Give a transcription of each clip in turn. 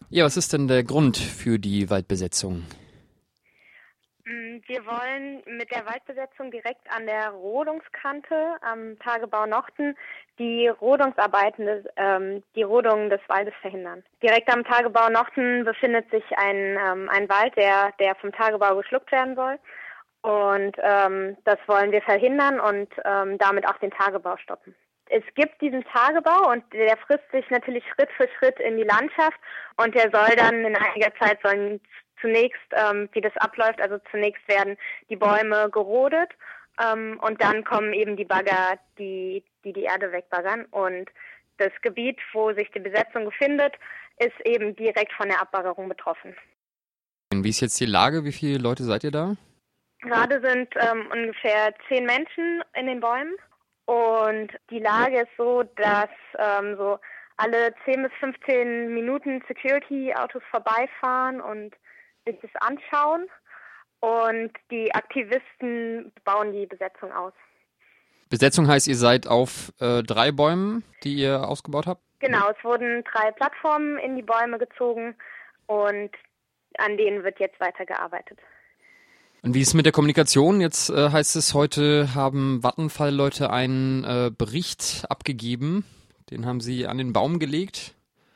Ja, was ist denn der Grund für die Waldbesetzung? Wir wollen mit der Waldbesetzung direkt an der Rodungskante am Tagebau Nochten die Rodungsarbeiten, die Rodung des Waldes verhindern. Direkt am Tagebau Nochten befindet sich ein Wald, der vom Tagebau geschluckt werden soll. Und das wollen wir verhindern und damit auch den Tagebau stoppen. Es gibt diesen Tagebau und der frisst sich natürlich Schritt für Schritt in die Landschaft und der soll dann in einiger Zeit zunächst, wie das abläuft, also zunächst werden die Bäume gerodet und dann kommen eben die Bagger, die Erde wegbaggern. Und das Gebiet, wo sich die Besetzung befindet, ist eben direkt von der Abbaggerung betroffen. Und wie ist jetzt die Lage? Wie viele Leute seid ihr da? Gerade sind ungefähr 10 Menschen in den Bäumen und die Lage ist so, dass so alle 10 bis 15 Minuten Security-Autos vorbeifahren und sich das anschauen und die Aktivisten bauen die Besetzung aus. Besetzung heißt, ihr seid auf 3 Bäumen, die ihr ausgebaut habt? Genau, es wurden 3 Plattformen in die Bäume gezogen und an denen wird jetzt weitergearbeitet. Und wie ist es mit der Kommunikation? Jetzt heißt es, heute haben Vattenfall-Leute einen Bericht abgegeben. Den haben sie an den Baum gelegt.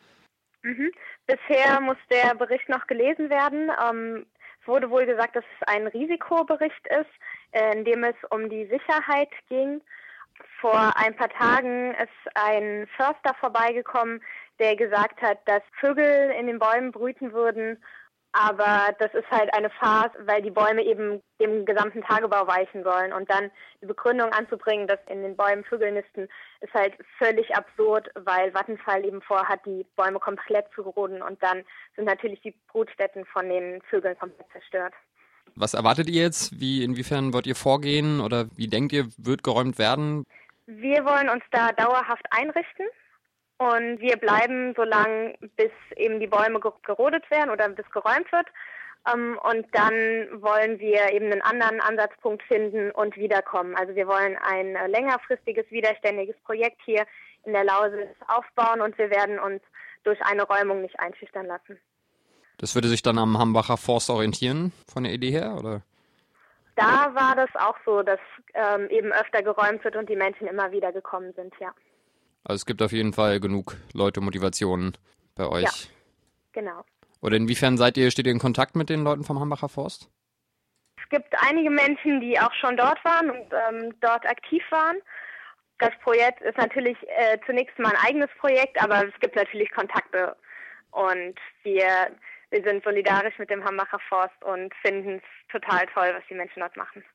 Mhm. Bisher muss der Bericht noch gelesen werden. Es wurde wohl gesagt, dass es ein Risikobericht ist, in dem es um die Sicherheit ging. Vor ein paar Tagen ist ein Förster vorbeigekommen, der gesagt hat, dass Vögel in den Bäumen brüten würden. Aber das ist halt eine Farce, weil die Bäume eben dem gesamten Tagebau weichen sollen. Und dann die Begründung anzubringen, dass in den Bäumen Vögel nisten, ist halt völlig absurd, weil Vattenfall eben vorhat, die Bäume komplett zu roden. Und dann sind natürlich die Brutstätten von den Vögeln komplett zerstört. Was erwartet ihr jetzt? Inwiefern wollt ihr vorgehen oder wie denkt ihr, wird geräumt werden? Wir wollen uns da dauerhaft einrichten. Und wir bleiben so lange, bis eben die Bäume gerodet werden oder bis geräumt wird. Und dann wollen wir eben einen anderen Ansatzpunkt finden und wiederkommen. Also wir wollen ein längerfristiges, widerständiges Projekt hier in der Lausitz aufbauen und wir werden uns durch eine Räumung nicht einschüchtern lassen. Das würde sich dann am Hambacher Forst orientieren, von der Idee her, oder? Da war das auch so, dass eben öfter geräumt wird und die Menschen immer wieder gekommen sind, ja. Also es gibt auf jeden Fall genug Leute, Motivationen bei euch. Ja, genau. Oder inwiefern steht ihr in Kontakt mit den Leuten vom Hambacher Forst? Es gibt einige Menschen, die auch schon dort waren und dort aktiv waren. Das Projekt ist natürlich zunächst mal ein eigenes Projekt, aber es gibt natürlich Kontakte und wir sind solidarisch mit dem Hambacher Forst und finden es total toll, was die Menschen dort machen.